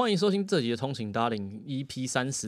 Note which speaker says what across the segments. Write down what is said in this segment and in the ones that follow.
Speaker 1: 欢迎收听这集的通勤 Darling EP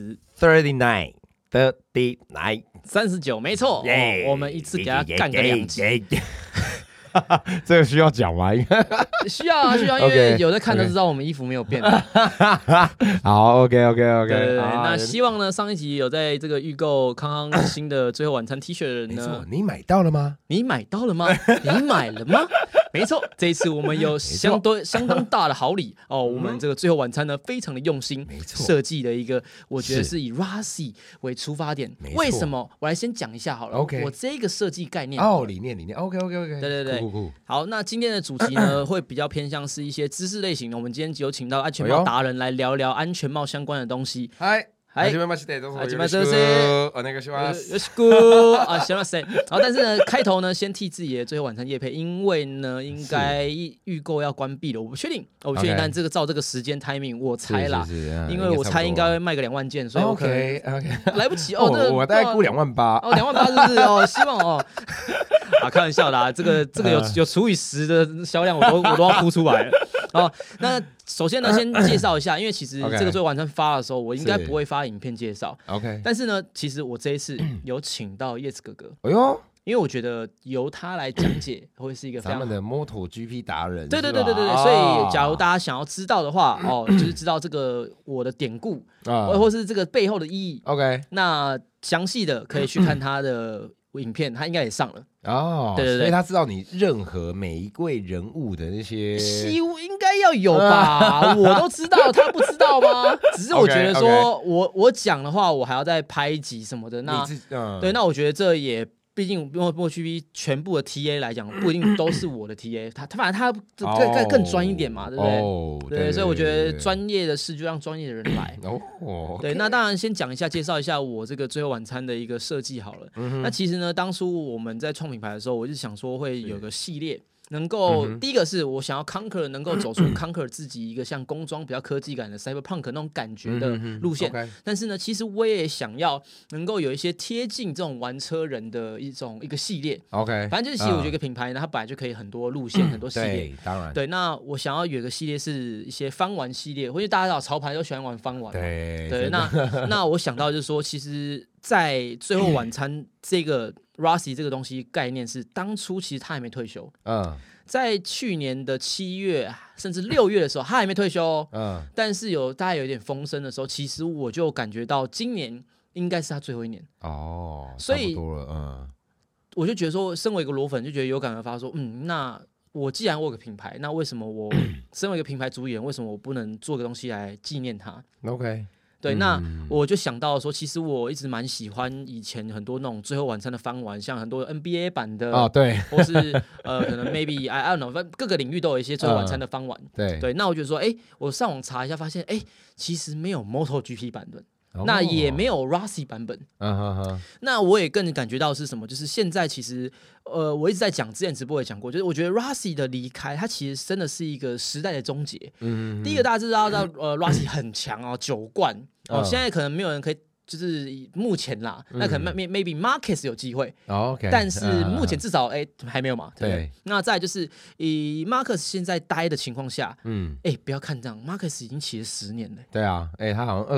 Speaker 2: 39，
Speaker 1: 没错、我们一次给他干个2集。
Speaker 2: 这个需要讲吗？
Speaker 1: 需要啊，因为有在看都知道我们衣服没有变。
Speaker 2: 好 ，OK，
Speaker 1: 对，那希望呢，上一集有在这个预购康康新的最后晚餐 T 恤的人呢，
Speaker 2: 你买到了吗？
Speaker 1: 你买了吗？没错，这一次我们有相当大的好礼哦。我们这个最后晚餐呢，非常的用心设计的一个，我觉得是以 Rossi 为出发点。为什么？我来先讲一下好了。我这个设计概念
Speaker 2: 理念 ，OK，
Speaker 1: 对。好，那今天的主题呢，会比较偏向是一些知识类型的。我们今天有请到安全帽达人来聊聊安全帽相关的东西。
Speaker 2: 嗨。
Speaker 1: はい、
Speaker 2: 始めまして、どうぞ
Speaker 1: よろしく
Speaker 2: お願いします。
Speaker 1: よろしく啊，行了谁？好，但是呢，开头呢，先替自己的最后晚餐业配，因为呢，应该预购要关闭了，我不确定，但这个照这个时间 timing， 我猜啦，因为我猜应该会卖个2万件，所以 OK， 来不及哦。
Speaker 2: 我大概估2万8
Speaker 1: 哦，2万8是不是哦？希望哦。啊，开玩笑的啊，这个有除以10的销量，我都要哭出来了。哦，那首先呢，先介绍一下，因为其实这个最后晚餐发的时候，我应该不会发影片介绍。
Speaker 2: OK， 但
Speaker 1: 是呢，其实我这一次有请到叶子哥哥。
Speaker 2: 哎呦，
Speaker 1: 因为我觉得由他来讲解会是一个非常
Speaker 2: 咱们的 MotoGP 达人。
Speaker 1: 对，所以假如大家想要知道的话，就是知道这个我的典故，或是这个背后的意义。
Speaker 2: OK，
Speaker 1: 那详细的可以去看他的影片，他应该也上了。对，
Speaker 2: 所以他知道你任何每一位人物的那些，
Speaker 1: 应该要有吧？我都知道，他不知道吗？只是我觉得说我讲的话，我还要再拍一集什么的。对，那我觉得这也。毕竟MotoGP 全部的 TA 来讲，不一定都是我的 TA， 他反正他更专一点嘛，对不对？对，所以我觉得专业的事就让专业的人来。对，那当然先讲一下，介绍一下我这个最后晚餐的一个设计好了。那其实呢，当初我们在创品牌的时候，我就想说会有个系列。能够第一个是我想要 Conquer 能够走出 Conquer 自己一个像工装比较科技感的 Cyberpunk 那种感觉的路线，但是呢，其实我也想要能够有一些贴近这种玩车人的一个系列。
Speaker 2: OK，
Speaker 1: 反正就是其实我觉得一个品牌呢，它本来就可以很多路线、很多系列。
Speaker 2: 对，当然。
Speaker 1: 对，那我想要有一个系列是一些翻玩系列，因为大家知道潮牌都喜欢玩翻玩。对，那我想到就是说，其实，在最后晚餐这个。Rossi 这个东西概念是当初其实他还没退休，在去年的7月甚至6月的时候，他还没退休，但是大概有一点风声的时候，其实我就感觉到今年应该是他最后一年所以
Speaker 2: 差不多了，
Speaker 1: 我就觉得说，身为一个裸粉，就觉得有感而发说，那我既然我有个品牌，那为什么我身为一个品牌主理人，为什么我不能做个东西来纪念他
Speaker 2: ？OK。
Speaker 1: 对，那我就想到说，其实我一直蛮喜欢以前很多那种最后晚餐的翻玩，像很多 NBA 版的
Speaker 2: 对，
Speaker 1: 或是可能 maybe I don't know， 各个领域都有一些最后晚餐的翻玩。对，那我觉得说，我上网查一下，发现其实没有 MotoGP 版本。那也没有 Rossi 版本，那我也更感觉到是什么？就是现在其实，我一直在讲，之前直播也讲过，就是我觉得 Rossi 的离开，它其实真的是一个时代的终结。第一个大家知道Rossi 很强9冠现在可能没有人可以。就是目前啦，那可能 maybe Marquez 有机会但是目前至少还没有嘛，对不对？那再来就是以 Marquez 现在待的情况下，不要看这样 ，Marquez 已经骑了10年了。
Speaker 2: 对啊，他好像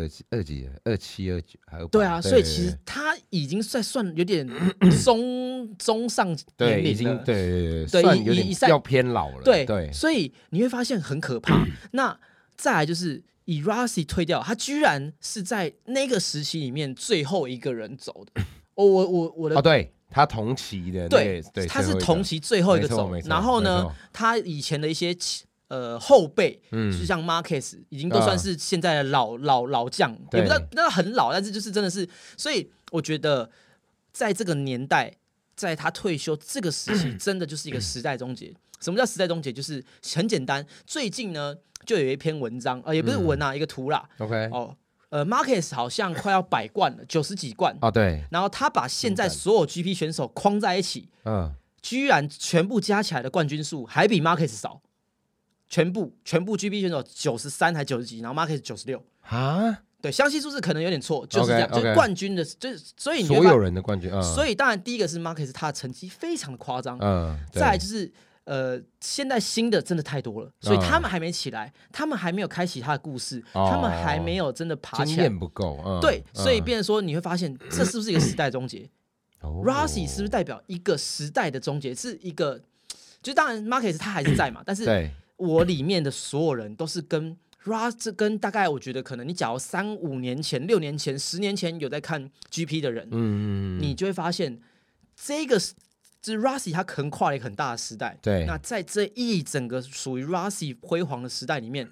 Speaker 2: 27、29还有
Speaker 1: 对啊，所以其实他已经算有点中上年龄了，
Speaker 2: 已经对，算有点要偏老了。
Speaker 1: 对，所以你会发现很可怕。那再来就是。以 Rossi 退掉，他居然是在那个时期里面最后一个人走的。我的
Speaker 2: 对，他同期的，
Speaker 1: 对，他是同期最后一个走。然后呢，他以前的一些后辈，就像 Marquez 已经都算是现在的老将，也不知道很老，但是就是真的是，所以我觉得在这个年代，在他退休这个时期，真的就是一个时代终结。什么叫时代终结？就是很简单，最近呢。就有一篇文章，也不是文一个图啦。
Speaker 2: OK，
Speaker 1: Marquez 好像快要100冠了，90几冠
Speaker 2: 对。
Speaker 1: 然后他把现在所有 GP 选手框在一起，居然全部加起来的冠军数还比 Marquez 少，全部 GP 选手93还90几，然后 Marquez 96对，详细数字可能有点错，就是这样，就是冠军的，所以你
Speaker 2: 所有人的冠军，
Speaker 1: 所以当然第一个是 Marquez 他的成绩非常的夸张，再来就是。 现在新的真的太多了，所以他们还没起来，他们还没有开启他的故事，他们还没有真的爬起来，
Speaker 2: 经验不够。
Speaker 1: 对，所以变成说你会发现，这是不是一个时代终结？Rossi 是不是代表一个时代的终结？是一个，就当然 Marquez 他还是在嘛，但是我里面的所有人都是跟 Rossi 跟大概我觉得可能你假如3、5年前、6年前、10年前有在看 GP 的人，你就会发现这个。就是 Rossi 他横跨了一个很大的时代，
Speaker 2: 对。
Speaker 1: 那在这一整个属于 Rossi 辉煌的时代里面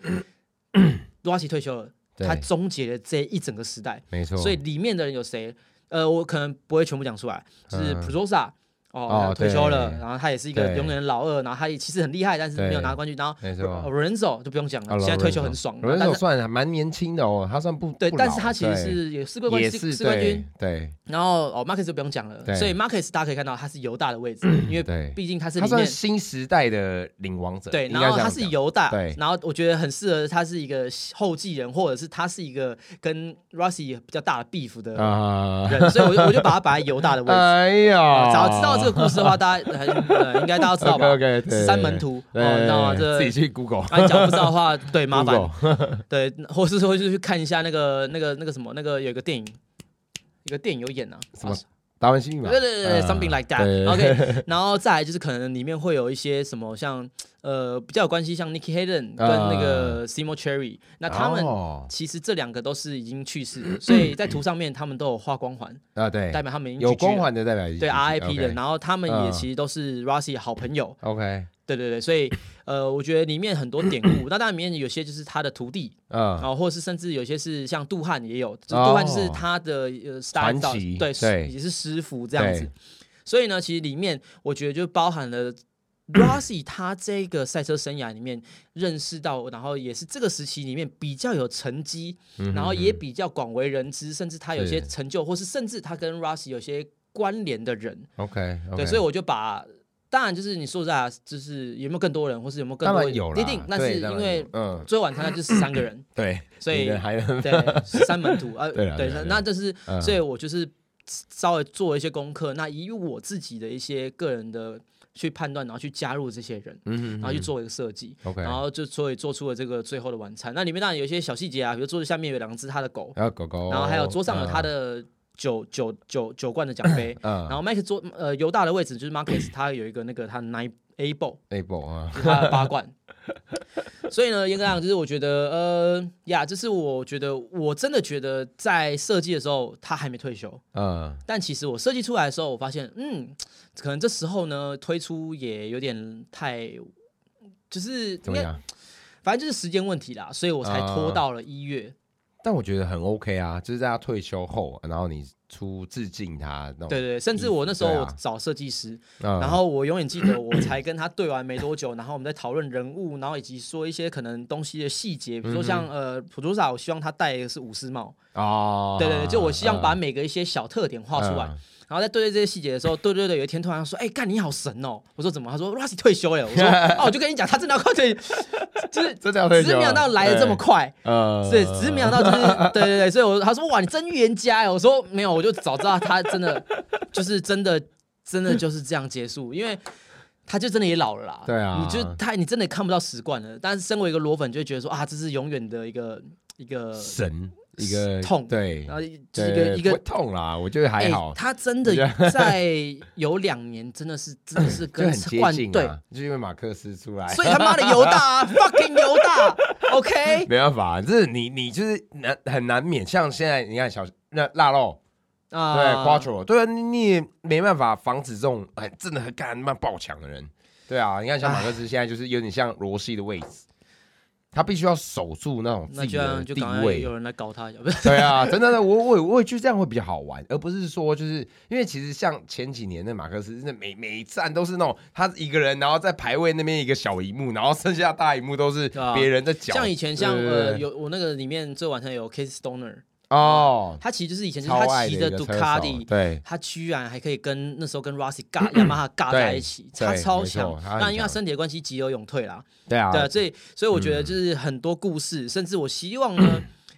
Speaker 1: ，Rossi 退休了，他终结了这一整个时代，
Speaker 2: 没错。
Speaker 1: 所以里面的人有谁？我可能不会全部讲出来，就是 Pedrosa。退休了，然后他也是一个永远的老二，然后他也其实很厉害，但是没有拿冠军。然后 Lorenzo 就不用讲了，现在退休很爽。
Speaker 2: Lorenzo 算还蛮年轻的哦，他算不
Speaker 1: 对，但是他其实是有4个冠军，
Speaker 2: 对。
Speaker 1: 然后Marquez 就不用讲了，所以 Marquez 大家可以看到他是犹大的位置，因为毕竟他是里面
Speaker 2: 新时代的领王者。
Speaker 1: 对，然后他是犹大，然后我觉得很适合他是一个后继人，或者是他是一个跟 Rossi 比较大的 beef 的人，所以我就把他摆在犹大的位置。
Speaker 2: 哎呀，
Speaker 1: 早知道这个故事的话，大家应该大家知道吧？ 3门徒，你知道吗？
Speaker 2: 自己去 Google。
Speaker 1: 你假如不知道的话，对，麻烦，对，或是说就去看一下那个什么，有一个电影有演啊，
Speaker 2: 什么达文西密码？
Speaker 1: 对 ，something like that。OK， 然后再来就是可能里面会有一些什么像比较有关系，像 Nicky Hayden 跟那个 Simo Cherry， 那他们其实这2个都是已经去世了，所以在图上面他们都有画光环
Speaker 2: 对，
Speaker 1: 代表他们已经
Speaker 2: 有光环的代表
Speaker 1: 对 RIP 的，然后他们也其实都是 Rossi 好朋友。
Speaker 2: OK。
Speaker 1: 对，所以我觉得里面很多典故，那当然里面有些就是他的徒弟，然后或是甚至有些是像杜汉也有，杜汉就是他的
Speaker 2: 传奇，
Speaker 1: 对，也是师傅这样子。所以呢，其实里面我觉得就包含了 Rossi 他这个赛车生涯里面认识到，然后也是这个时期里面比较有成绩，然后也比较广为人知，甚至他有些成就，或是甚至他跟 Rossi 有些关联的人。
Speaker 2: OK，
Speaker 1: 对，所以我就把。当然，就是你说实在，就是有没有更多人，或是有没有更多人，一定。但是因为最后晚餐就是13个人，
Speaker 2: 对，
Speaker 1: 所以对13门徒对，那就是，所以我就是稍微做了一些功课，那以我自己的一些个人的去判断，然后去加入这些人，然后去做一个设计，然后就所以做出了这个最后的晚餐。那里面当然有一些小细节啊，比如桌子下面有2只他的狗，然后还有桌上有他的。酒罐的奖杯，然后 Marquez 犹大的位置就是 Marquez， 他有一个他的 9 A ball 啊，就是他的8罐。所以呢，严格来讲，就是我觉得就是我觉得我真的觉得在设计的时候他还没退休，但其实我设计出来的时候，我发现可能这时候呢推出也有点太就是
Speaker 2: 怎么样，
Speaker 1: 反正就是时间问题啦，所以我才拖到了1月。
Speaker 2: 但我觉得很 OK 啊，就是在他退休后，然后你出致敬他那种。
Speaker 1: 对，甚至我那时候我找设计师，然后我永远记得我才跟他对完没多久，然后我们在讨论人物，然后以及说一些可能东西的细节，比如说像Pedrosa，我希望他戴的是武士帽。对，就我希望把每个一些小特点画出来。然后在对这些细节的时候，对，有一天突然说：“干你好神哦！”我说：“怎么？”他说 ：“Rossi 退休了。”我说：“我就跟你讲，他真的要快退，就是
Speaker 2: 真的要退休，
Speaker 1: 只是没想到来的这么快，对，只是没想到就是对，所以他说：“哇，你真预言家呀！”我说：“没有，我就早知道他真的就是真的就是这样结束，因为他就真的也老了啦。
Speaker 2: 对啊，
Speaker 1: 你真的看不到10冠了。但是身为一个裸粉，就会觉得说这是永远的一个
Speaker 2: 神。”一个
Speaker 1: 痛，
Speaker 2: 对，
Speaker 1: 然后就是一个
Speaker 2: 痛啦，我觉得还好。
Speaker 1: 他真的在有2年，真的是跟
Speaker 2: 冠军对，就因为马克思出来，
Speaker 1: 所以他妈的犹大，fucking 犹大 ，OK，
Speaker 2: 没办法，这是你就是很难免。像现在你看腊肉对 Quattro， 对啊，你也没办法防止这种真的很爆强的人。对啊，你看像马克思现在就是有点像罗西的位置。他必须要守住那种自己的地位，
Speaker 1: 有人来搞他，
Speaker 2: 对啊，真的，我也觉得这样会比较好玩，而不是说就是因为其实像前几年的马克思，那每一站都是那种他一个人，然后在排位那边一个小荧幕，然后剩下大荧幕都是别人在讲。
Speaker 1: 像以前有我那个里面最晚上有 Casey Stoner。他其实就是以前就是他骑的杜卡迪，
Speaker 2: 对，
Speaker 1: 他居然还可以那时候跟 Rossi 雅马哈尬在一起，他超强。那因为他身体的关系，急流勇退啦。
Speaker 2: 对啊，
Speaker 1: 所以我觉得就是很多故事，甚至我希望呢，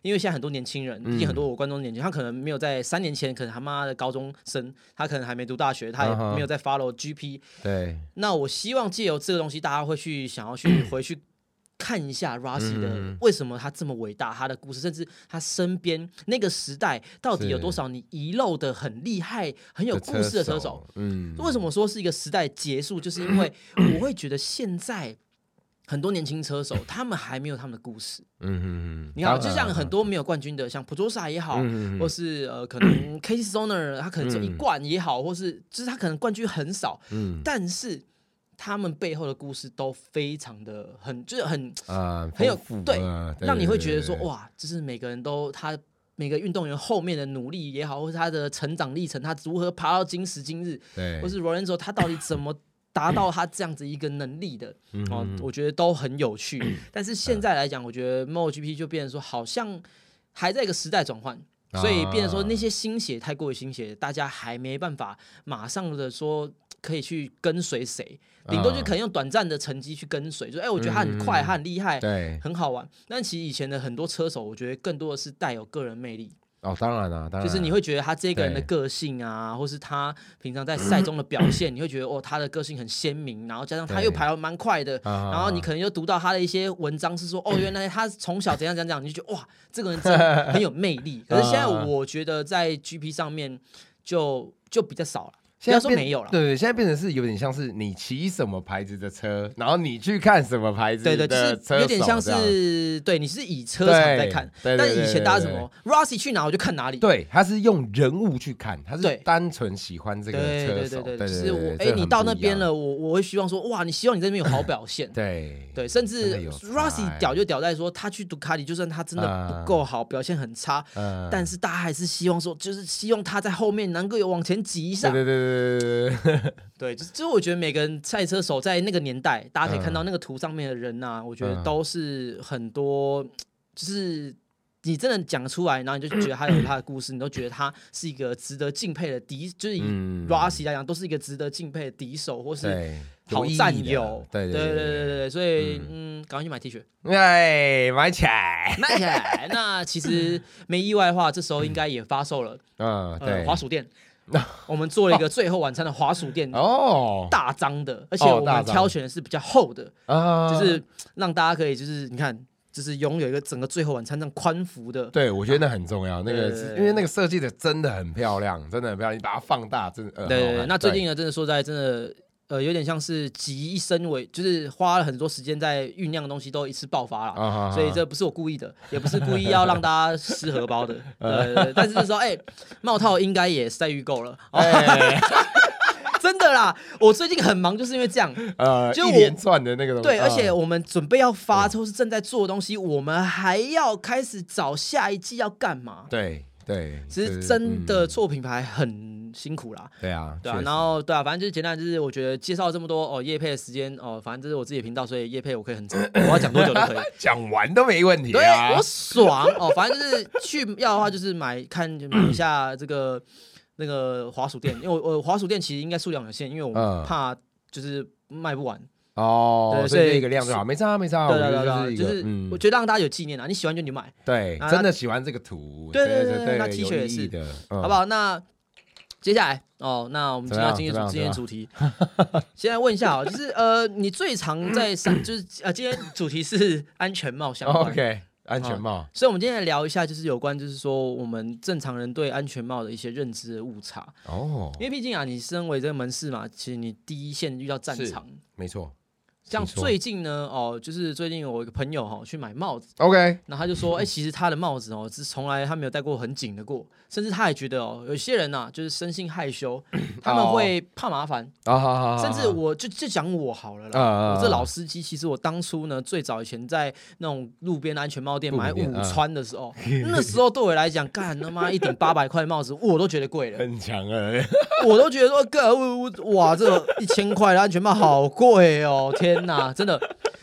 Speaker 1: 因为现在很多年轻人，毕竟很多我观众年轻人，他可能没有在3年前，可能他妈的高中生，他可能还没读大学，他也没有在 follow GP。
Speaker 2: 对，
Speaker 1: 那我希望借由这个东西，大家会想要去回去看一下 Rossi 的为什么他这么伟大，他的故事，甚至他身边那个时代到底有多少你遗漏的很厉害、很有故事的车手。为什么说是一个时代结束？就是因为我会觉得现在很多年轻车手，他们还没有他们的故事。你看，就像很多没有冠军的，像 Pedrosa 也好，或是可能 Casey Stoner 他可能只有1冠也好，或是就是他可能冠军很少，但是他们背后的故事都非常的就是很有对，让你会觉得说哇，就是每个人都每个运动员后面的努力也好，或是他的成长历程，他如何爬到今时今日，或是 Lorenzo 他到底怎么达到他这样子一个能力的，我觉得都很有趣。但是现在来讲，我觉得 MotoGP 就变成说，好像还在一个时代转换，所以变成说那些新血太过于新血，大家还没办法马上的说可以去跟随谁，顶多就可能用短暂的成绩去跟随，就我觉得他很快，他很厉害，
Speaker 2: 对，
Speaker 1: 很好玩。但其实以前的很多车手，我觉得更多的是带有个人魅力。
Speaker 2: 当然啦，
Speaker 1: 就是你会觉得他这个人的个性啊，或是他平常在赛中的表现，你会觉得他的个性很鲜明，然后加上他又排得蛮快的，然后你可能又读到他的一些文章是说，原来他从小怎样怎样，你就觉得哇，这个人真的很有魅力。可是现在我觉得在 GP 上面就比较少了。不要说没有了，
Speaker 2: 对，现在变成是有点像是你骑什么牌子的车，然后你去看什么牌子的车手，
Speaker 1: 对，就是有点像是对，你是以车厂在看，但以前大家什么 Rossi 去哪我就看哪里，
Speaker 2: 对，他是用人物去看，他是单纯喜欢这个车手，对，
Speaker 1: 就是你到那边了，我会希望说哇，你希望你这边有好表现，
Speaker 2: 对，
Speaker 1: 甚至 Rossi 屌就屌在说他去杜卡迪，就算他真的不够好，表现很差，但是大家还是希望说，就是希望他在后面能够有往前挤一下，对，就是我觉得每个人赛车手在那个年代，大家可以看到那个图上面的人啊，我觉得都是很多，就是你真的讲出来，然后你就觉得他有他的故事，你都觉得他是一个值得敬佩的敌，就是以 Rossi 来讲，都是一一个敬佩的敌手，或是好战友。对，所以赶快去买 T 恤，
Speaker 2: 买起来。
Speaker 1: 那其实没意外的话，这时候应该也发售了，滑鼠垫。我们做了一个最后晚餐的滑鼠垫，大张的，而且我们挑选的是比较厚的，就是让大家可以就是你看，就是拥有一个整个最后晚餐这样宽幅的。
Speaker 2: 对，我觉得那很重要，那个因为那个设计的真的很漂亮，真的很漂亮，你把它放大，真的。
Speaker 1: 对，那最近呢，真的说在真的。有点像是集一身为，就是花了很多时间在酝酿的东西都一次爆发了，所以这不是我故意的，也不是故意要让大家失荷包的，但是就是说，帽套应该也是在预购了，真的啦，我最近很忙，就是因为这样，
Speaker 2: 就一连串的那个东西，
Speaker 1: 对，而且我们准备要发，或是正在做的东西，我们还要开始找下一季要干嘛，
Speaker 2: 对，
Speaker 1: 其实真的做品牌很辛苦啦，
Speaker 2: 对啊，
Speaker 1: 然后反正就是简单，就是我觉得介绍了这么多业配的时间反正这是我自己的频道，所以业配我可以很我要讲多久都可以，
Speaker 2: 讲完都没问题，
Speaker 1: 对，我爽反正就是去要的话就是买一下这个那个滑鼠垫，因为我滑鼠垫其实应该数量有限，因为我怕就是卖不完。
Speaker 2: 所以一个量就好，没差。
Speaker 1: 对，就是我觉得让大家有纪念啊，你喜欢就你买，
Speaker 2: 对，真的喜欢这个图，
Speaker 1: 对，那 T 恤也是的，好不好？那接下来那我们今天主题，先来问一下就是你最常在就是今天主题是安全帽相关
Speaker 2: ，OK， 安全帽，
Speaker 1: 所以我们今天来聊一下，就是有关就是说我们正常人对安全帽的一些认知的误差因为毕竟你身为这个门市嘛，其实你第一线遇到战场，
Speaker 2: 没错。
Speaker 1: 像最近呢，就是最近我一个朋友去买帽子
Speaker 2: ，OK，
Speaker 1: 然后他就说，其实他的帽子是从来他没有戴过很紧的过，甚至他也觉得有些人就是生性害羞，他们会怕麻烦甚至我就讲我好了啦，我这老司机，其实我当初呢最早以前在那种路边的安全帽店买五穿的时候，那时候对我来讲，干他妈一顶800块的帽子，我都觉得贵了，
Speaker 2: 很强
Speaker 1: 我都觉得说，哇，这1000块的安全帽好贵天哪，真的。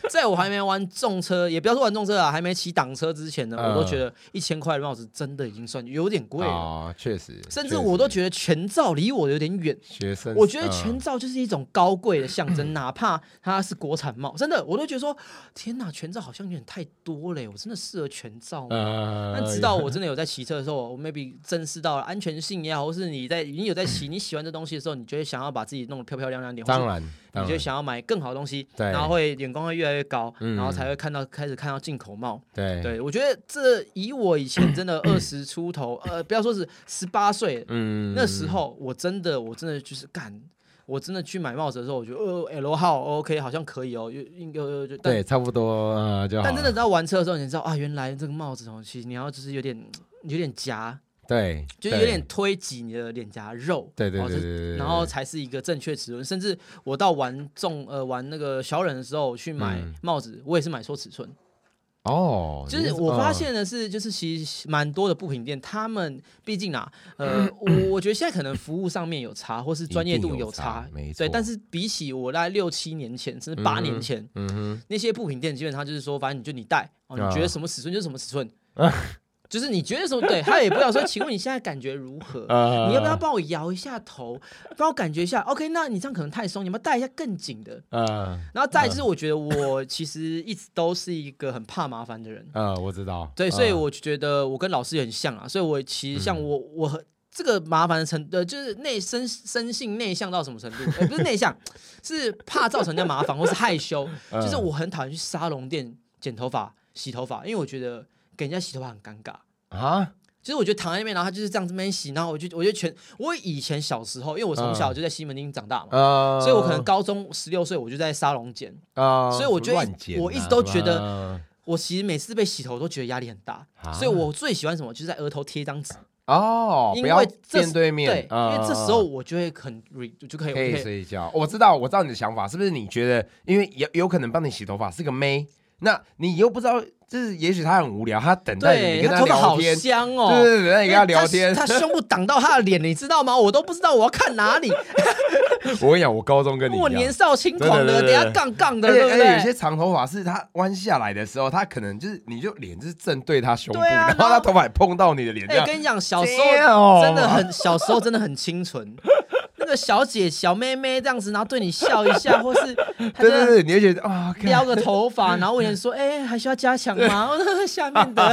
Speaker 1: 在我还没玩重车，也不要说玩重车啊，还没骑挡车之前呢，我都觉得1000块的帽子真的已经算有点贵了啊，
Speaker 2: 确实，
Speaker 1: 甚至我都觉得全罩离我有点远。
Speaker 2: 学生，
Speaker 1: 我觉得全罩就是一种高贵的象征，哪怕它是国产帽，真的我都觉得说，天哪，全罩好像有点太多了，我真的适合全罩吗？但直到我真的有在骑车的时候，我 maybe 正视到了安全性也好，或是你有在骑你喜欢这东西的时候，你就会想要把自己弄得漂漂亮亮点，
Speaker 2: 当然。
Speaker 1: 你就想要买更好的东西，然后眼光会越来越高，然后才会开始看到进口帽。对，我觉得这以我以前真的20出头，不要说是18岁，那时候我真的就是干。我真的去买帽子的时候，我觉得L 号 OK 好像可以哦，
Speaker 2: 对，差不多就好。
Speaker 1: 但真的在玩车的时候，你知道啊，原来这个帽子哦，其实你要就是有点夹。
Speaker 2: 对，
Speaker 1: 就有点推挤你的脸颊肉，
Speaker 2: 对，
Speaker 1: 然后才是一个正确尺寸。甚至我到玩那个小人的时候，去买帽子，我也是买错尺寸。就是我发现的是，就是其实蛮多的布品店，他们毕竟我觉得现在可能服务上面有差，或是专业度有差，对。但是比起我大概6、7年前，甚至8年前，那些布品店基本上就是说，反正你带你觉得什么尺寸就是什么尺寸。就是你觉得什么对，他也不要说，请问你现在感觉如何？你要不要帮我摇一下头，帮我感觉一下 ？OK， 那你这样可能太松，你要不要带一下更紧的？然后再就是，我觉得我其实一直都是一个很怕麻烦的人。
Speaker 2: 我知道。
Speaker 1: 对，所以我觉得我跟老师也很像啊，所以我其实像我这个麻烦的程度，就是生性内向到什么程度？不是内向，是怕造成人家麻烦或是害羞。就是我很讨厌去沙龙店剪头发、洗头发，因为我觉得给人家洗头发很尴尬啊。其实我觉得躺在那边，然后他就是这样这边洗，然后我以前小时候，因为我从小就在西门町长大嘛，所以我可能高中16岁我就在沙龙剪，所以我一直都觉得，我其实每次被洗头我都觉得压力很大，所以我最喜欢什么，就是在额头贴一张纸。因为
Speaker 2: 面对面，
Speaker 1: 对，因为这时候我就会就可以
Speaker 2: 睡觉。我知道你的想法，是不是？你觉得，因为有可能帮你洗头发是个妹，那你又不知道。就是也许他很无聊，他等待你跟他聊天，
Speaker 1: 他头发好香哦。
Speaker 2: 对，等待你跟他聊天。
Speaker 1: 他胸部挡到他的脸，你知道吗？我都不知道我要看哪里。
Speaker 2: 我跟你讲，我高中跟你一样，
Speaker 1: 我年少轻狂的，等下杠的，对不对？
Speaker 2: 而且有些长头发是他弯下来的时候，他可能就是你就脸就是正对他胸部，然后他头发也碰到你的脸。
Speaker 1: 跟你讲，小时候真的很清纯。那个小姐小妹妹这样子，然后对你笑一下，或是
Speaker 2: 对，你会觉得
Speaker 1: 撩个头发，然后问你说，还需要加强吗？下面的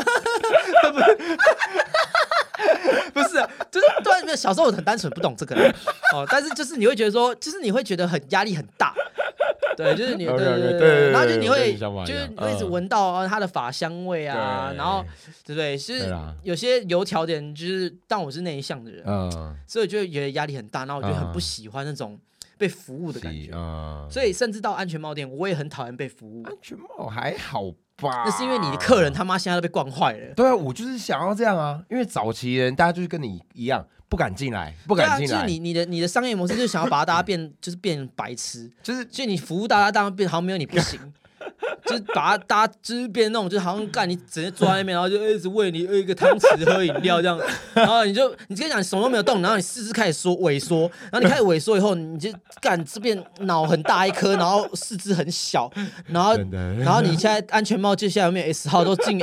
Speaker 1: 不是，就是对，小时候我很单纯，不懂这个但是就是你会觉得说，就是你会觉得很压力很大。对，就是你对，然后就你会一直闻到它的发香味啊，然后对不对？就是有些油条点，就是当我是内向的人，所以我就觉得压力很大，然后我就很不喜欢那种被服务的感觉，所以甚至到安全帽店，我也很讨厌被服务。
Speaker 2: 安全帽还好吧？
Speaker 1: 那是因为你的客人他妈现在都被惯坏了。
Speaker 2: 对啊，我就是想要这样啊，因为早期人大家就是跟你一样。不敢进来。
Speaker 1: 就是你的商业模式就是想要把大家变白痴，所以你服务大家当然变好像没有你不行，就是把大家就是变那种，就好像干你直接坐在那边，然后就一直喂你一个汤匙喝饮料这样，然后你跟你讲你什么都没有动，然后你四肢开始萎缩，然后你开始萎缩以后，你就干这边脑很大一颗，然后四肢很小，然后你现在安全帽接下来有没有 S 号都进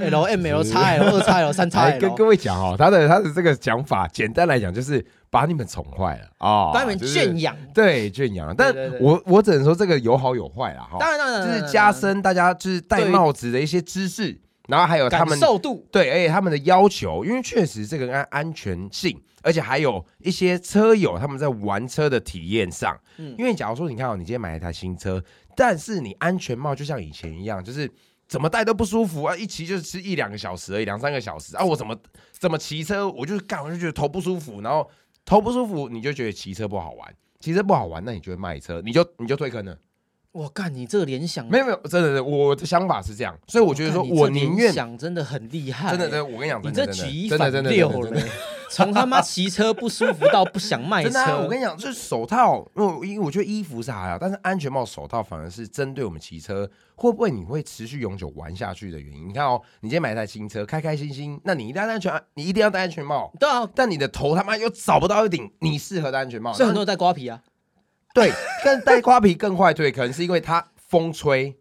Speaker 1: L、M、L、XL、2XL、3XL。
Speaker 2: 跟各位讲他的这个讲法，简单来讲就是把你们宠坏了
Speaker 1: 把你们圈养，
Speaker 2: 对，圈养。但我只能说这个有好有坏啦，
Speaker 1: 当然，
Speaker 2: 就是加深大家就是戴帽子的一些知识，然后还有他们
Speaker 1: 感受度，
Speaker 2: 对，而且他们的要求，因为确实这个安全性，而且还有一些车友他们在玩车的体验上，因为假如说你看你今天买了一台新车，但是你安全帽就像以前一样，就是怎么戴都不舒服啊，一骑就是吃1-2个小时而已，2-3个小时啊，我怎么骑车，我就觉得头不舒服，然后头不舒服，你就觉得骑车不好玩，那你就会卖车，你就退坑了。
Speaker 1: 我干，你这个联想
Speaker 2: 没有，真的，我的想法是这样，所以我觉得说，我宁愿
Speaker 1: 想真的很厉害，
Speaker 2: 真的，我跟你讲，
Speaker 1: 你这举一反六了，从他妈骑车不舒服到不想卖车。
Speaker 2: 我跟你讲，就是手套，因为我觉得衣服是还好，但是安全帽、手套反而是针对我们骑车会不会你会持续永久玩下去的原因。你看你今天买一台新车，开开心心，那你一定要戴安全帽，
Speaker 1: 对啊，
Speaker 2: 但你的头他妈又找不到一顶你适合的安全帽，
Speaker 1: 所以很多人戴瓜皮啊。
Speaker 2: 对，但戴瓜皮更坏，对，可能是因为它风吹，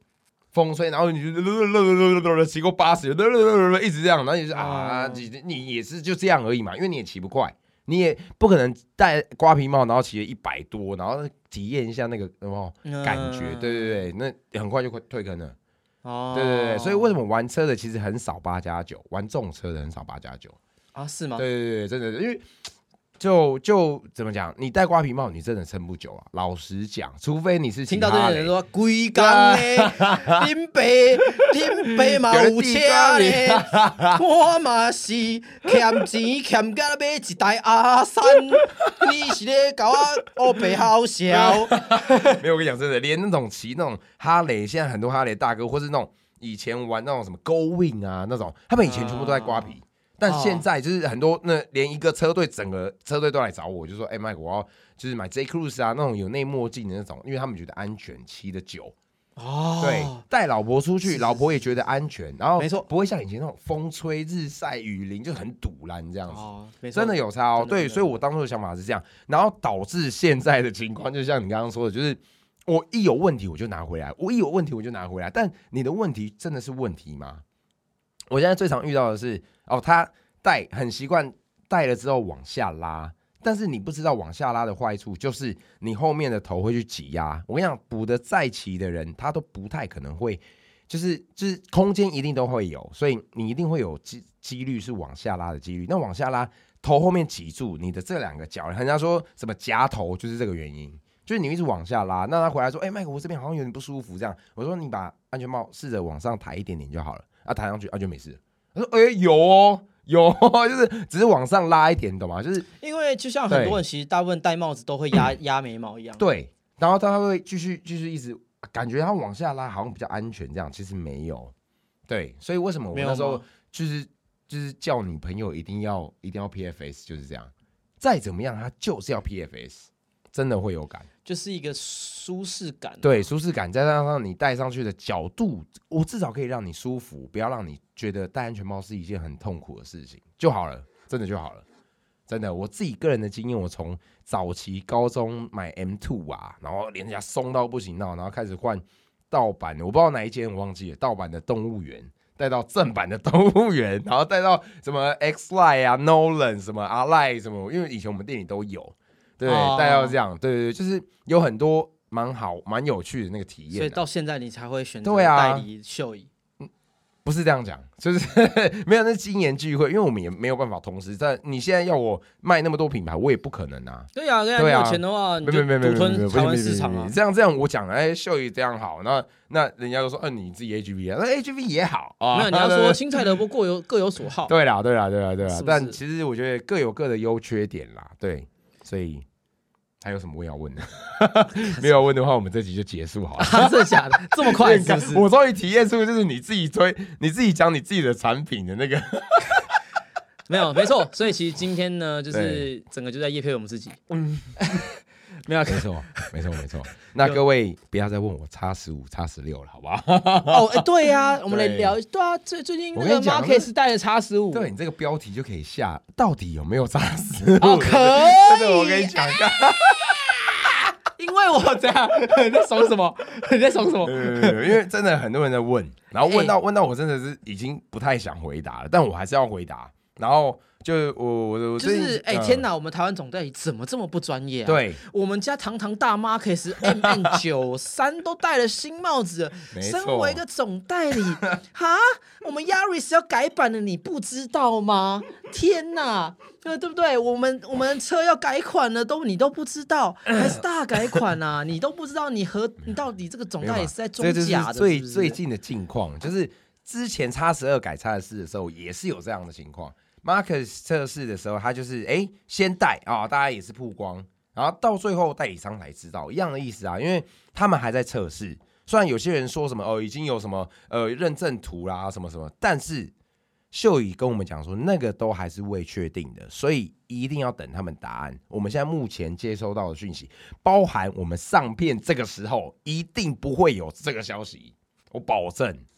Speaker 2: 风吹，然后你就骑过80，一直这样，然后你就你也是就这样而已嘛，因为你也骑不快，你也不可能戴瓜皮帽，然后骑了100多，然后体验一下那个感觉，对，那很快就退坑了。对，所以为什么玩车的其实很少8+9，玩重车的很少8+9
Speaker 1: 啊？是吗？
Speaker 2: 对，真的，因为就怎么讲，你戴瓜皮帽，你真的撑不久啊。老实讲，除非你是
Speaker 1: 听到这个人说规工嘞，林北嘛有车嘞，我嘛是欠钱欠到买一台阿三，你是咧搞我白好笑？
Speaker 2: 没有，我跟你讲真的，连那种骑那种哈雷，现在很多哈雷大哥，或是那种以前玩那种什么 Go-Wing 啊那种，他们以前全部都在瓜皮。但现在就是很多连一个车队整个车队都来找我，就说Mike 我要就是买 J Cruise 啊那种有内墨镜的那种，因为他们觉得安全，骑得久。对，带老婆出去，老婆也觉得安全，然后没错，不会像以前那种风吹日晒雨淋就很堵拦这样子。真的有差哦。对，所以我当初的想法是这样，然后导致现在的情况，就像你刚刚说的，就是我一有问题我就拿回来，但你的问题真的是问题吗？我现在最常遇到的是他戴很习惯戴了之后往下拉，但是你不知道往下拉的坏处就是你后面的头会去挤压。我跟你讲，补的再齐的人他都不太可能会，就是空间一定都会有，所以你一定会有几率是往下拉的几率。那往下拉，头后面挤住你的这两个脚，人家说什么夹头就是这个原因。就是你一直往下拉，那他回来说麦克我这边好像有点不舒服这样，我说你把安全帽试着往上抬一点点就好了，抬上去就没事了。他说有就是只是往上拉一点，懂吗？就是
Speaker 1: 因为就像很多人其实大部分戴帽子都会压眉毛一样，
Speaker 2: 对，然后他会继续一直感觉他往下拉好像比较安全这样，其实没有。对，所以为什么我那时候就是叫女朋友一定要 PFS 就是这样，再怎么样他就是要 PFS， 真的会有感。
Speaker 1: 就是一个舒适感，
Speaker 2: 对，舒适感，再加上你戴上去的角度，我至少可以让你舒服，不要让你觉得戴安全帽是一件很痛苦的事情就好了，真的就好了，真的。我自己个人的经验，我从早期高中买 M2 啊，然后连人家松到不行然后开始换盗版的，我不知道哪一间我忘记了，盗版的动物园带到正版的动物园，然后带到什么 X-Lite 啊 Nolan 什么 R-Lite 什么，因为以前我们店里都有。对，带到这样，对，就是有很多蛮有趣的那个体验，
Speaker 1: 所以到现在你才会选择代理秀仪。
Speaker 2: 不是这样讲，就是没有那金研聚会，因为我们也没有办法同时。但你现在要我卖那么多品牌，我也不可能啊。
Speaker 1: 对啊，你有钱的话，你就独吞台湾市场啊。
Speaker 2: 这样我讲了，秀仪这样好，那人家就说，你自己 AGV 啊，那 AGV 也好啊。
Speaker 1: 没有，你要说青菜萝卜各有所好。
Speaker 2: 对啦。但其实我觉得各有各的优缺点啦，对，所以。还有什么问要问的？没有问的话，我们这集就结束好了。
Speaker 1: 真的假的？这么快是不是？
Speaker 2: 我终于体验出就是你自己讲你自己的产品的那个。
Speaker 1: 没错。所以其实今天呢，就是整个就在业配我们自己。没有，
Speaker 2: 没错。那各位不要再问我X15、X16了，好不好？
Speaker 1: 对呀，我们来聊。对啊，最近那个 Marcus 带的X15，
Speaker 2: 对你这个标题就可以下，到底有没有X15？
Speaker 1: 可以。
Speaker 2: 真的，我跟你讲。
Speaker 1: 因为我这样，你在怂什么？
Speaker 2: 因为真的很多人在问，然后问到我真的是已经不太想回答了，但我还是要回答。然后就我
Speaker 1: 就是天哪，我们台湾总代理怎么这么不专业啊？
Speaker 2: 对，
Speaker 1: 我们家堂大妈可是 MN93 都戴了新帽子了，身为一个总代理，我们 Yaris 要改版了，你不知道吗？天哪，对不对？我们车要改款了，你都不知道，还是大改款啊？你都不知道，你到底这个总代理是在中假的？
Speaker 2: 这就是最近的境况，就是之前X12改X14的时候也是有这样的情况。Marcus 测试的时候，他就是先带大家也是曝光，然后到最后代理商才知道一样的意思啊，因为他们还在测试。虽然有些人说什么已经有什么认证图啦什么什么，但是秀仪跟我们讲说那个都还是未确定的，所以一定要等他们答案。我们现在目前接收到的讯息，包含我们上片这个时候一定不会有这个消息，我保证。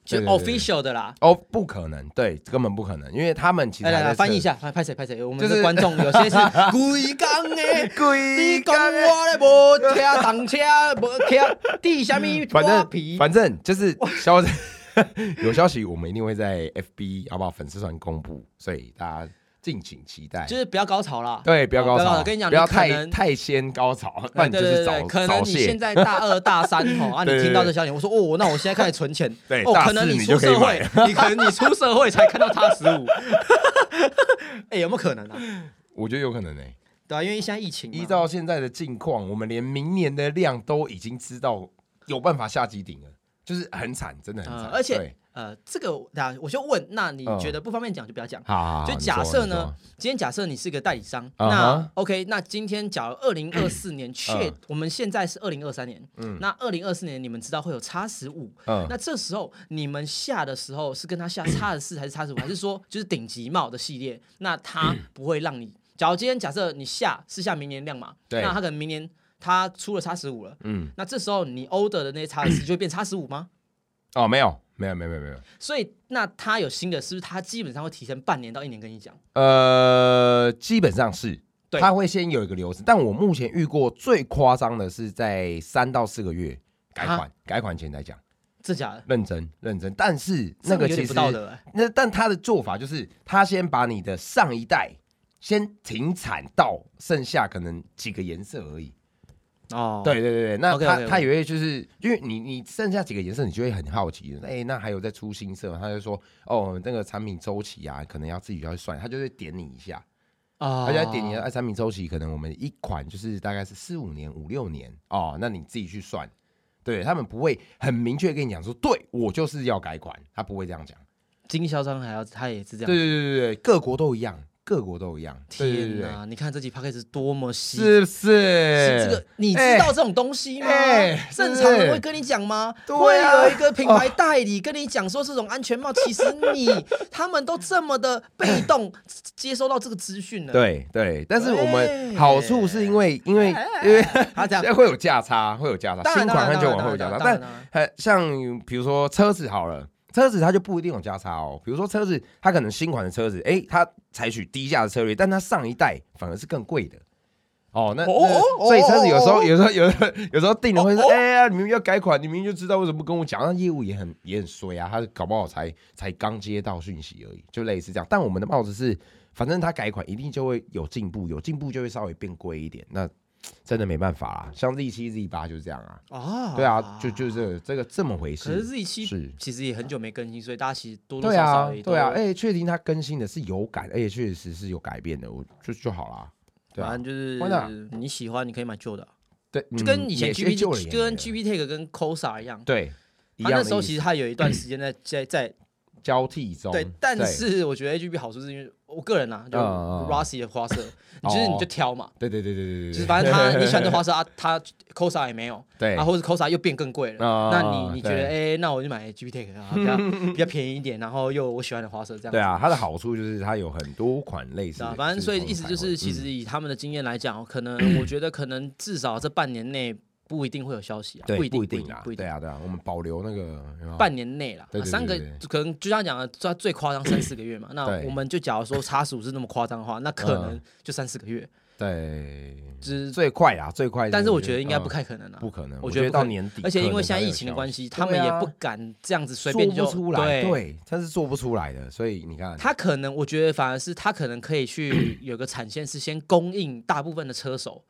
Speaker 1: 就 official 的啦。
Speaker 2: 哦，不可能，对，根本不可能，因为他们其实
Speaker 1: 来翻译一下，拍谁？我们的观众有些是规工的，你讲我咧无听动车，无听地下面瓜皮，
Speaker 2: 反正就是有消息，我们一定会在 FB 好不好粉丝团公布，所以大家敬请期待。
Speaker 1: 就是不要高潮啦，
Speaker 2: 对，不要高潮。
Speaker 1: 跟你讲，
Speaker 2: 不要太先高潮，不然就是早
Speaker 1: 可能你现在大2、大3啊，你听到这消息，我说那我现在开始存钱，
Speaker 2: 对，
Speaker 1: 可能你出社会，你出社会才看到他15，有没有可能啊？
Speaker 2: 我觉得有可能
Speaker 1: 对啊，因为现在疫情，
Speaker 2: 依照现在的境况，我们连明年的量都已经知道有办法下机顶了。就是很惨，真的很惨，
Speaker 1: 而且这个我就问，那你觉得不方便讲就不要讲。就假设呢，今天假设你是个代理商，那 OK， 那今天假如2024年我们现在是2023年，那2024年你们知道会有 X15，那这时候你们下的时候是跟他下 X14还是 X15，还是说就是顶级帽的系列？那他不会让你，假如今天假设你下明年量嘛，那他可能明年。他出了 X15 了，那这时候你 order 的那些 X14就会变 X15 吗？
Speaker 2: 哦，没有。
Speaker 1: 所以那他有新的，是不是他基本上会提前半年到1年跟你讲？
Speaker 2: 基本上是，他会先有一个流程。但我目前遇过最夸张的是在3到4个月改款前来讲，
Speaker 1: 这假的？
Speaker 2: 认真。但是那个其实但他的做法就是他先把你的上一代先停产到剩下可能几个颜色而已。对，那他以为就是因为你剩下几个颜色，你就会很好奇，那还有在出新色，他就说那个产品周期啊，可能要自己要去算，他就会点你一下，他就会点你的产品周期，可能我们一款就是大概是4、5年、5、6年那你自己去算，对他们不会很明确跟你讲说，对我就是要改款，他不会这样讲，
Speaker 1: 经销商他也是这样，
Speaker 2: 对，各国都一样。
Speaker 1: 天哪！你看这集 podcast 多么细，
Speaker 2: 是不是？
Speaker 1: 是这个，你知道这种东西吗？正常人会跟你讲吗？会有一个品牌代理跟你讲说这种安全帽，其实他们都这么的被动接收到这个资讯了。
Speaker 2: 对，但是我们好处是因为他这样会有价差，新款和旧款会有价差，但像比如说车子好了。车子它就不一定有价差比如说车子它可能新款的车子，它采取低价的策略，但它上一代反而是更贵的所以车子有时候订了会说，你明明要改款，你明明就知道，为什么不跟我讲？那业务也很衰啊，他搞不好才刚接到讯息而已，就类似这样。但我们的帽子是，反正他改款一定就会有进步，就会稍微变贵一点。那真的没办法啦，像 Z7、Z8 就是这样对啊，就是这个这么回事。
Speaker 1: 可是 Z7 其实也很久没更新，所以大家其实多多少少
Speaker 2: 对啊，确定它更新的是有改，而且确实是有改变的，就好啦。
Speaker 1: 反正就是你喜欢，你可以买旧的。
Speaker 2: 对，
Speaker 1: 就跟以前 GPTech 跟 Cosa 一样。
Speaker 2: 对，
Speaker 1: 他那时候其实他有一段时间在
Speaker 2: 交替中。
Speaker 1: 对，但是我觉得 AGB 好处是因为我个人就 Rossi 的花色，你就挑嘛。
Speaker 2: 对，
Speaker 1: 就是反正你喜欢的花色他 Cosa 也没有，
Speaker 2: 对，
Speaker 1: 或者 Cosa 又变更贵了。那你觉得那我就买 GPTech 比较便宜一点，然后又我喜欢的花色这样。
Speaker 2: 对啊，它的好处就是它有很多款类似的。
Speaker 1: 反正所以意思就是，其实以他们的经验来讲，可能我觉得可能至少这半年内。不一定会有消息
Speaker 2: 不一定啊，对啊，我们保留那个
Speaker 1: 半年内啦，3个可能就像讲的，最夸张3、4个月嘛。那我们就假如说X15是那么夸张的话，那可能就3、4个月。
Speaker 2: 对，就是最快。
Speaker 1: 但是我觉得应该不太可能
Speaker 2: 不可能。
Speaker 1: 我觉得
Speaker 2: 到年底，
Speaker 1: 而且因为现在疫情的关系，他们也不敢这样子随便就
Speaker 2: 做不出来。对，他是做不出来的，所以你看，
Speaker 1: 他可能我觉得反而是他可能可以去有个产线是先供应大部分的车手。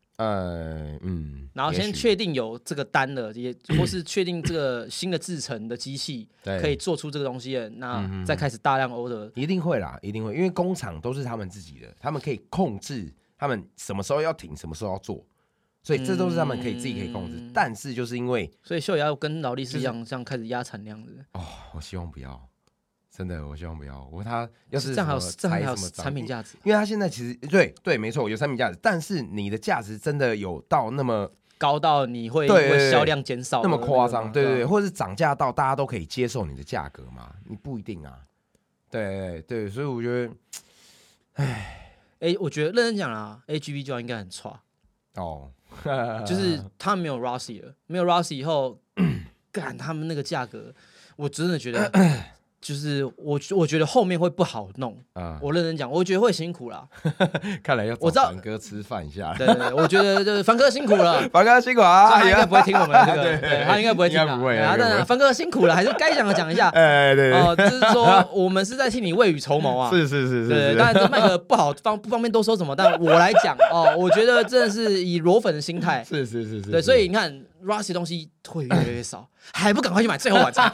Speaker 1: 然后先确定有这个单了，或是确定这个新的制程的机器可以做出这个东西了，那再开始大量 order，
Speaker 2: 一定会，因为工厂都是他们自己的，他们可以控制他们什么时候要停，什么时候要做，所以这都是他们自己可以控制。但是就是因为，
Speaker 1: 所以秀也要跟劳力士一样，这样开始压产量的。
Speaker 2: 我希望不要。真的，我希望不要。他要是
Speaker 1: 这样还有产品价值，
Speaker 2: 因为他现在其实对，没错，有产品价值，但是你的价值真的有到那么
Speaker 1: 高到你会销量减少
Speaker 2: 那么夸张？对，或者是涨价到大家都可以接受你的价格吗？你不一定啊。对，所以我觉得，
Speaker 1: 我觉得认真讲啦 ，AGV 就应该很差就是他没有 Rossi 了，没有 Rossi 以后，干他们那个价格。 我真的觉得。就是我觉得后面会不好弄我认真讲，我觉得会辛苦啦。
Speaker 2: 看来要找凡哥吃饭一下。
Speaker 1: 对，我觉得就是凡哥辛苦了，
Speaker 2: 凡哥辛苦啊，
Speaker 1: 他应该不会听我们这个，对他应该不会听
Speaker 2: 不会。
Speaker 1: 凡哥辛苦了，还是该讲的讲一下。
Speaker 2: 对，
Speaker 1: 就是说我们是在替你未雨绸缪啊。
Speaker 2: 是，
Speaker 1: 对，当然这麦克不好不方便多说什么，但我来讲我觉得真的是以裸粉的心态。
Speaker 2: 是。
Speaker 1: 对，所以你看 Rossi 东西会越来越少，还不赶快去买最后晚餐。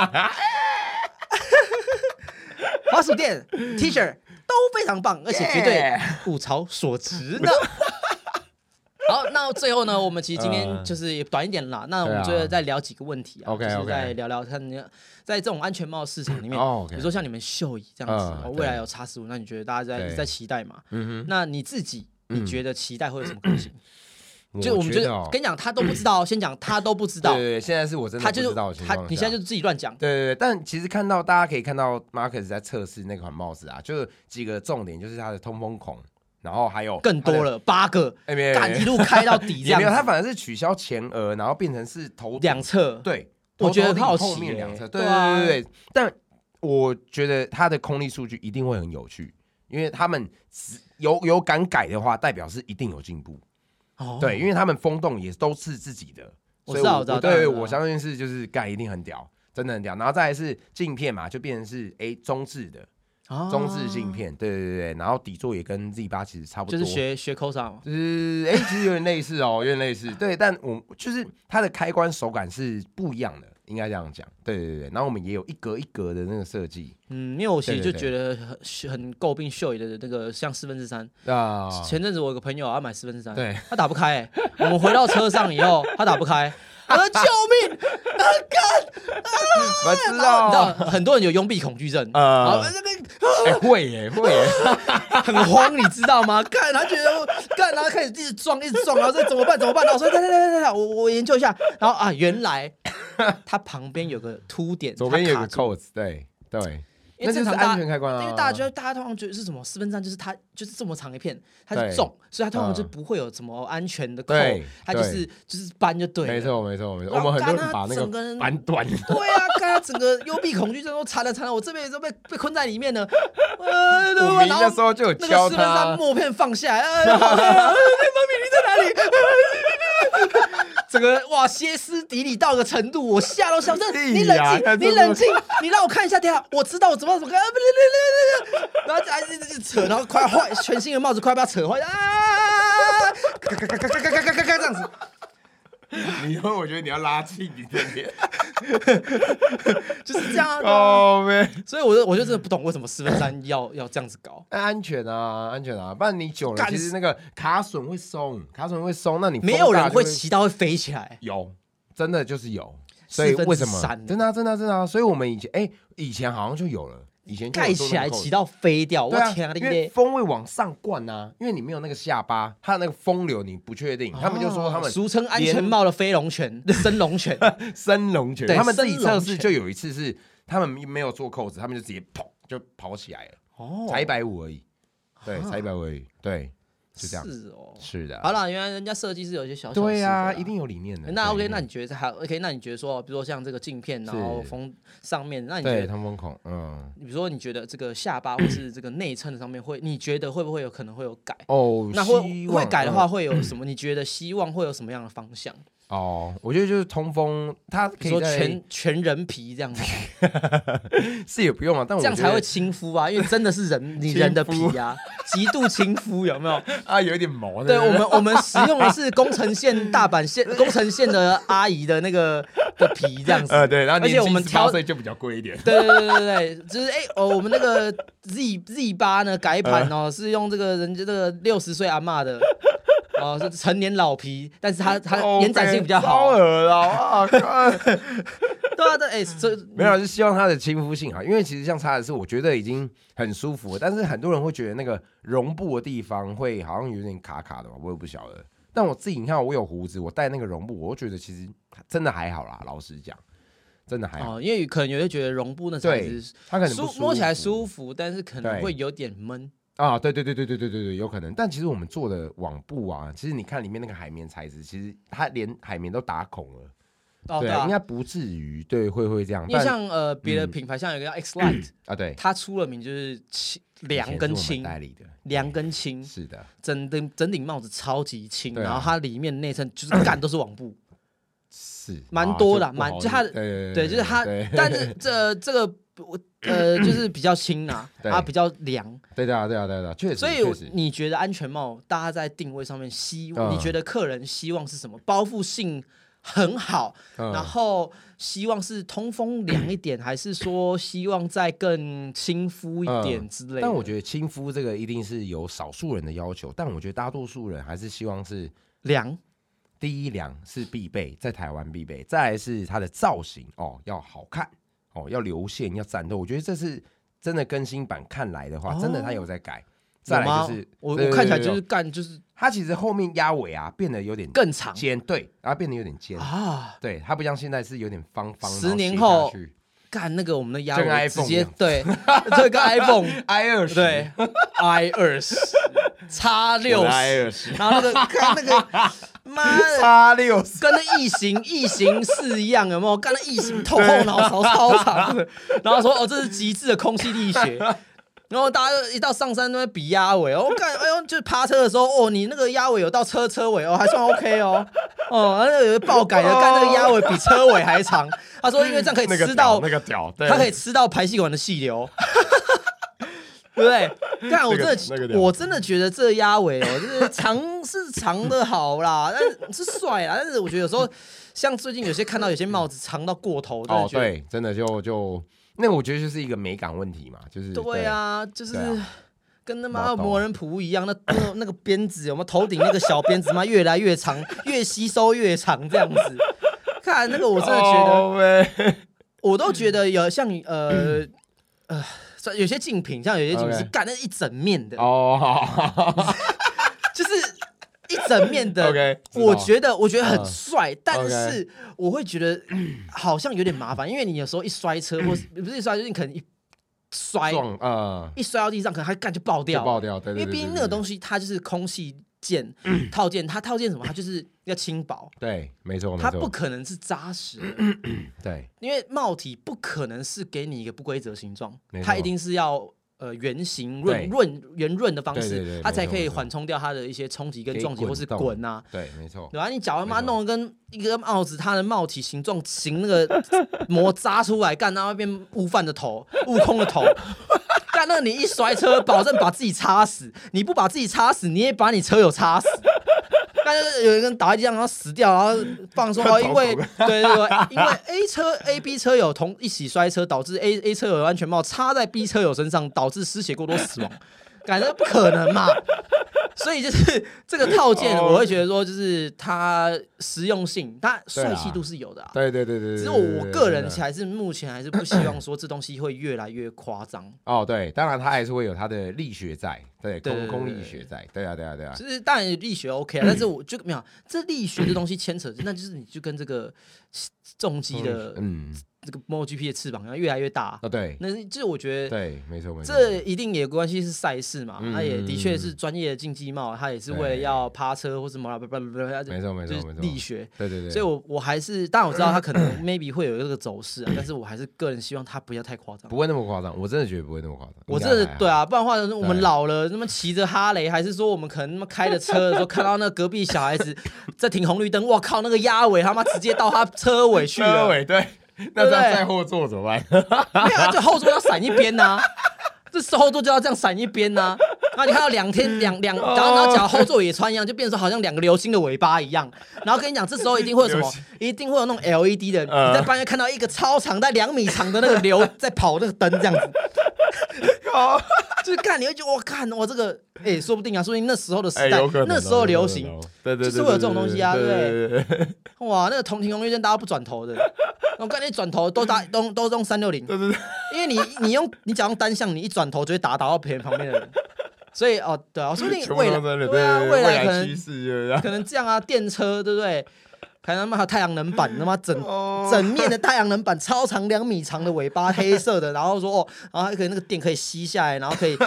Speaker 1: 滑鼠店 T 恤都非常棒，而且绝对物超所值呢。好，那最后呢，我们其实今天就是也短一点啦。那我们最后再聊几个问题啊，就是再聊聊看，在这种安全帽市场里面，比如说像你们秀椅这样子，未来有X15，那你觉得大家在期待嘛？那你自己你觉得期待会有什么可能性？就我们觉得，跟你讲，他都不知道。先讲他都不知道。
Speaker 2: 对，现在是我真的不知道的情况下。
Speaker 1: 你现在就自己乱讲。
Speaker 2: 对，但其实大家可以看到 Marcus 在测试那款帽子啊，就几个重点，就是它的通风孔，然后还有
Speaker 1: 更多了8个，敢一路开到底这样。
Speaker 2: 没有，它反而是取消前额，然后变成是头
Speaker 1: 两侧。
Speaker 2: 对，
Speaker 1: 我觉得很好奇。
Speaker 2: 后面两侧，对。但我觉得它的空力数据一定会很有趣，因为他们有敢改的话，代表是一定有进步。对，因为他们风洞也都是自己的，
Speaker 1: 我知道，
Speaker 2: 对，我相信是就是盖一定很屌，真的很屌。然后再来是镜片嘛，就变成是中置的，中置镜片，对。然后底座也跟 Z8 其实差不多，
Speaker 1: 就是学 Cosa 嘛，
Speaker 2: 就是其实有点类似有点类似，对。但我就是它的开关手感是不一样的。应该这样讲，对。然后我们也有一格一格的那个设计，
Speaker 1: 因为我其实就觉得很诟病秀椅的那个像3/4啊。前阵子我有个朋友要买3/4，
Speaker 2: 对，
Speaker 1: 他打不开我们回到车上以后，他打不开，我说救命！干！
Speaker 2: 我知道，
Speaker 1: 你知道很多人有拥壁恐惧症
Speaker 2: 会耶，
Speaker 1: 很慌，你知道吗？干，他觉得干，然后开始一直撞，然后这怎么办？然后我说等，我研究一下，然后原来它旁边有个凸点，
Speaker 2: 左边有个扣子，对。
Speaker 1: 因为正常
Speaker 2: 安全开关
Speaker 1: 因为大家通常觉得是什么4/3，就是它就是这么长一片，它是重，所以它通常就不会有什么安全的扣，它就是扳就对了。
Speaker 2: 没错，我们很多人把那个扳断。
Speaker 1: 对啊，刚刚整个幽闭恐惧症都缠了，我这辈子都被困在里面了。
Speaker 2: 我们那时候就有教他
Speaker 1: 那个4/3默片放下来，妈咪你在哪里？整个歇斯底里到一个程度，我吓到笑。你冷静，你让我看一下，等下我知道我怎么看。然后一直扯，然后快坏，全新的帽子快被他扯坏这样子。
Speaker 2: 以后我觉得你要拉近你这边，
Speaker 1: 就是这样所以我就真的不懂为什么4/3要这样子搞。
Speaker 2: 安全啊，不然你久了其实那个卡损会松，那你
Speaker 1: 没有人会骑到会飞起来。
Speaker 2: 有，真的就是有。所以为什么真的啊？所以我们以前好像就有了。以前
Speaker 1: 盖起来骑到飞掉，我天啊！
Speaker 2: 因为风会往上灌啊，因为你没有那个下巴，它的那个风流你不确定。他们就说他们
Speaker 1: 俗称安全帽的飞龙拳、升龙拳、
Speaker 2: 他们自己测试就有一次是他们没有做扣子，他们就直接砰就跑起来了，才150而已，对，才150而已，对。是这样，是的。
Speaker 1: 好了，原来人家设计是有一些小
Speaker 2: 对啊，一定有理念的。
Speaker 1: 那 OK， 那你觉得还 OK？ 那你觉得说，比如说像这个镜片，然后风上面，那你觉得
Speaker 2: 通风孔，
Speaker 1: 比如说你觉得这个下巴或是这个内衬的上面你觉得会不会有可能会有改？
Speaker 2: 那
Speaker 1: 会改的话会有什么？你觉得希望会有什么样的方向？
Speaker 2: 我觉得就是通风，它可以
Speaker 1: 说全人皮这样子，
Speaker 2: 是也不用啊，但我
Speaker 1: 这样才会亲肤啊，因为真的是你人的皮啊，极度亲肤，有没有
Speaker 2: 啊？有一点毛。
Speaker 1: 对，我们使用的是宫城县大阪县宫城县的阿姨的那个的皮这样子，
Speaker 2: 对，然后
Speaker 1: 而且我们
Speaker 2: 挑岁就比较贵一点，
Speaker 1: 对，就是我们那个 Z8 呢改版是用这个人家这个60岁阿嬷的。是成年老皮，但是它延展性比较好。
Speaker 2: 超恶啊！对
Speaker 1: 啊，这
Speaker 2: 没有，是希望它的亲肤性好，因为其实像X14，我觉得已经很舒服了，但是很多人会觉得那个绒布的地方会好像有点卡卡的嘛，我也不晓得。但我自己你看，我有胡子，我戴那个绒布，我觉得其实真的还好啦，老实讲。真的还好，
Speaker 1: 因为可能有些觉得绒布那材质，
Speaker 2: 它可能
Speaker 1: 摸起来舒服，但是可能会有点闷。
Speaker 2: 对，有可能。但其实我们做的网布啊，其实你看里面那个海绵材质，其实它连海绵都打孔了， 对，应该不至于对会这样。
Speaker 1: 因为像别的品牌，像有个叫 X Lite
Speaker 2: 啊，对，
Speaker 1: 它出了名就是凉跟轻，
Speaker 2: 代理的
Speaker 1: 凉跟轻，
Speaker 2: 是的，
Speaker 1: 整顶帽子超级轻，然后它里面内衬就是干都是网布，
Speaker 2: 是
Speaker 1: 蛮多的，就它对，就是它，但是这个就是比较轻啊，它比较凉，
Speaker 2: 对的，确实。
Speaker 1: 所以你觉得安全帽大家在定位上面你觉得客人希望是什么？包覆性很好，然后希望是通风凉一点，还是说希望再更亲肤一点之类的？
Speaker 2: 但我觉得亲肤这个一定是有少数人的要求，但我觉得大多数人还是希望是
Speaker 1: 凉。
Speaker 2: 第一，凉是必备，在台湾必备。再来是它的造型要好看要流线要战斗。我觉得这是真的更新版看来的话，真的它有在改。再来就是
Speaker 1: 我看起来就是就是
Speaker 2: 它其实后面压尾啊变得有点
Speaker 1: 更长
Speaker 2: 尖，对，然后变得有点尖啊，对，它不像现在是有点方方。
Speaker 1: 10年后干那个我们的压尾直接对，这个 iPhone
Speaker 2: i20
Speaker 1: 对 i20 X60，然后那个妈的
Speaker 2: X60
Speaker 1: 跟那异形4一样，有没有？干那异形头后脑勺超长的，然后说这是极致的空气力学。然后大家一到上山都会比压尾就是趴车的时候你那个压尾有到车尾还算 OK 那个有爆改的，干那个压尾比车尾还长。他说因为这样可以吃到
Speaker 2: 那个屌，
Speaker 1: 他可以吃到排气管的细流，对不对？看我真的觉得这压尾就是长的好啦，但是帅啦。但是我觉得有时候像最近有些看到有些帽子长到过头，
Speaker 2: 对，真的就。那我觉得就是一个美感问题嘛，就是
Speaker 1: 对啊，就是跟他妈魔人普一样，那个鞭子有没有头顶那个小鞭子嘛，越来越长，越吸收越长这样子。看那个我真的觉得，我都觉得有像有些竞品，像有些竞品是干那一整面的就是。一整面的，我觉得很帅，但是我会觉得好像有点麻烦，因为你有时候一摔车，或不是一摔，就是你可能一摔到地上，可能它干就爆掉，
Speaker 2: 对，
Speaker 1: 因为毕竟那个东西它就是空气件套件，它套件什么，它就是要轻薄，
Speaker 2: 对，没错，
Speaker 1: 它不可能是扎实的，
Speaker 2: 对，
Speaker 1: 因为帽体不可能是给你一个不规则形状，它一定是要。圆形圆润的方式，它才可以缓冲掉它的一些冲击跟撞击或是滚啊。
Speaker 2: 对，没错。
Speaker 1: 对吧？你脚他妈弄得跟一个帽子，它的帽体形状那个膜扎出来，干到那边悟空的头，干那你一摔车，保证把自己插死。你不把自己插死，你也把你车友插死。但是有一个人倒在地上，然后死掉，然后放说因为因为 A B 车友一起摔车，导致 A 车友的安全帽插在 B 车友身上，导致失血过多死亡，感觉不可能嘛。所以就是这个套件，我会觉得说，就是它实用性、它帅气度是有的。
Speaker 2: 对。
Speaker 1: 只是我个人目前还是不希望说这东西会越来越夸张。
Speaker 2: 对，当然它还是会有它的力学在，对，空力学在，对啊。
Speaker 1: 就是当然力学 OK 但是我就没有这力学的东西牵扯，那就是你就跟这个重机的这个 MotoGP 的翅膀要越来越大
Speaker 2: 对，
Speaker 1: 那就是我觉得
Speaker 2: 对，没错，
Speaker 1: 这一定也关系是赛事嘛，它也的确是专业的竞技帽，它也是为了要趴车或什么，
Speaker 2: 没错，
Speaker 1: 就是力学，
Speaker 2: 对，
Speaker 1: 所以我还是，当然我知道它可能 maybe 会有这个走势但是我还是个人希望它不要太夸张，
Speaker 2: 不会那么夸张，我真的觉得不会那么夸张，
Speaker 1: 我真的对啊，不然的话我们老了，那么骑着哈雷，还是说我们可能那么开着车的时候，看到那隔壁小孩子在停红绿灯，哇靠，那个压尾他妈直接到他车尾去了，
Speaker 2: 车尾对。那这样在后座怎么办？
Speaker 1: 没有，就后座要闪一边呐，这时候后座就要这样闪一边呐。然后你看到两，然后脚后座也穿一样，就变成说好像两个流星的尾巴一样。然后跟你讲，这时候一定会有什么？一定会有那种 LED 的，你在半夜看到一个超长在2米长的那个流在跑那个灯这样子。就是看你会觉得我这个说不定那时候的时代，那时候流行，就是会有这种东西啊，对不对？哇，那个停红绿灯大家不转头的，我看你转头都用360，对，因为你只要用单向，你一转头就会打到别人旁边的人，所以对啊，说不定未来可能这样啊，电车对不对？看他妈还有太阳能板，他妈整面的太阳能板，超长2米长的尾巴，黑色的，然后说然后可以那个电可以吸下来，然后可以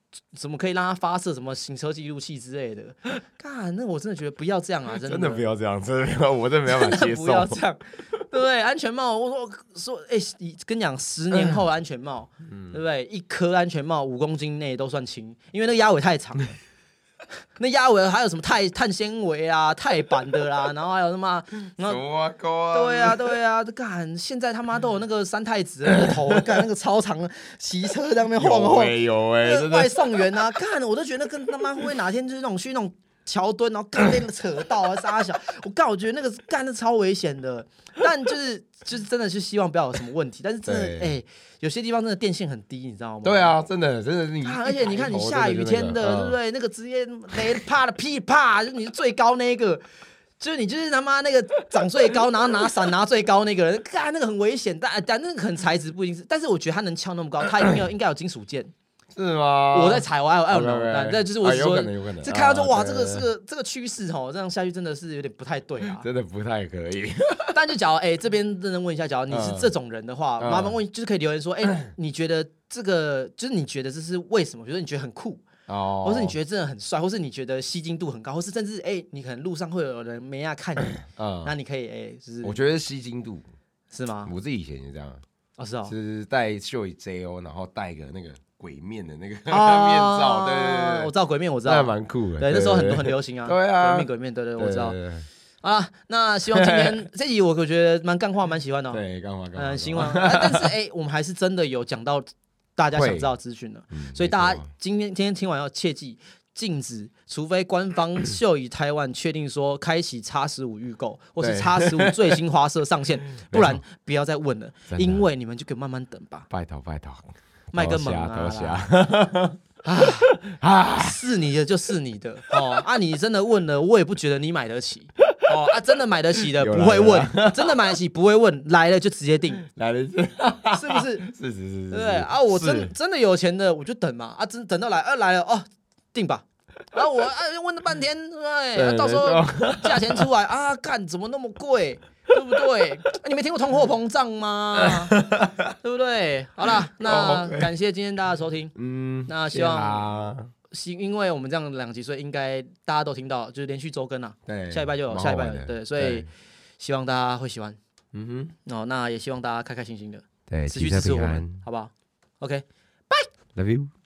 Speaker 1: 怎么可以让它发射什么行车记录器之类的？干，那我真的觉得不要这样啊！真
Speaker 2: 的不要这样，真的我真的没办法接受。
Speaker 1: 不要这样，对不对？安全帽，我说，跟你讲，10年后的安全帽，对不对？一颗安全帽5公斤内都算轻，因为那个鸭尾太长了。那鸭尾还有什么碳纤维啊、钛板的啦，然后还有什么，然后对啊，干现在他妈都有那个三太子的那个头，干那个超长的骑车在那边晃晃，
Speaker 2: 有
Speaker 1: 外送员啊，看我都觉得跟他妈会不会哪天就是去那种桥墩，然后干那个扯到啊杀小，我觉得那个干的超危险的，但就是真的是希望不要有什么问题，但是真的有些地方真的电线很低，你知道吗？
Speaker 2: 对啊，真的你
Speaker 1: 而且你看你下雨天的，对不对？那个直接雷啪的噼啪，就是你是最高那个，就是你就是他妈那个长最高，然后拿伞拿最高那个人，干那个很危险，但那个可能材质不一定是，但是我觉得他能敲那么高，他应该有金属件。
Speaker 2: 是吗？
Speaker 1: 我在踩，我还有但就是我说，
Speaker 2: 有可能，
Speaker 1: 这看到就哇，这个趋势哦，这样下去真的是有点不太对啊，
Speaker 2: 真的不太可以。
Speaker 1: 但就假如这边认真问一下，假如你是这种人的话，麻烦问，就是可以留言说，你觉得这个就是你觉得这是为什么？比如说你觉得很酷。或是你觉得真的很帅，或是你觉得吸睛度很高，或是甚至你可能路上会有人没啊看你，那你可以就是
Speaker 2: 我觉得吸睛度
Speaker 1: 是吗？
Speaker 2: 我自己以前就这样，
Speaker 1: 是
Speaker 2: 戴秀仪 JO， 然后戴个那个鬼面的那个面罩，对，
Speaker 1: 我知道鬼面，我知道，
Speaker 2: 那蛮酷的，
Speaker 1: 对，那时候很流行啊，
Speaker 2: 对啊，
Speaker 1: 鬼面，对，我知道。啊，那希望今天这集我觉得蛮干话，蛮喜欢的，
Speaker 2: 对，干话，
Speaker 1: 希望，但是我们还是真的有讲到大家想知道的资讯了，所以大家今天听完要切记。禁止，除非官方秀仪台湾确定说开启X15预购，或是X15最新花色上线，不然不要再问了，因为你们就可以慢慢等吧。
Speaker 2: 拜托，
Speaker 1: 卖个萌是你的就是你的你真的问了，我也不觉得你买得起真的买得起的不会问，真的买得起不会问，来了就直接订，
Speaker 2: 来了
Speaker 1: 是不是？
Speaker 2: 是，
Speaker 1: 对不对我真的有钱的我就等嘛真等到来了订吧。然后我问了半天，到时候价钱出来干怎么那么贵，对不对？你没听过通货膨胀吗？对不对？好了，那感谢今天大家的收听，那希望因为我们这样2集，所以应该大家都听到，就是连续周更啊，对，下礼拜就有下礼拜的，对，所以希望大家会喜欢，那也希望大家开开心心的，
Speaker 2: 对，
Speaker 1: 持续支持我们，好不好 ？OK， 拜
Speaker 2: ，Love you。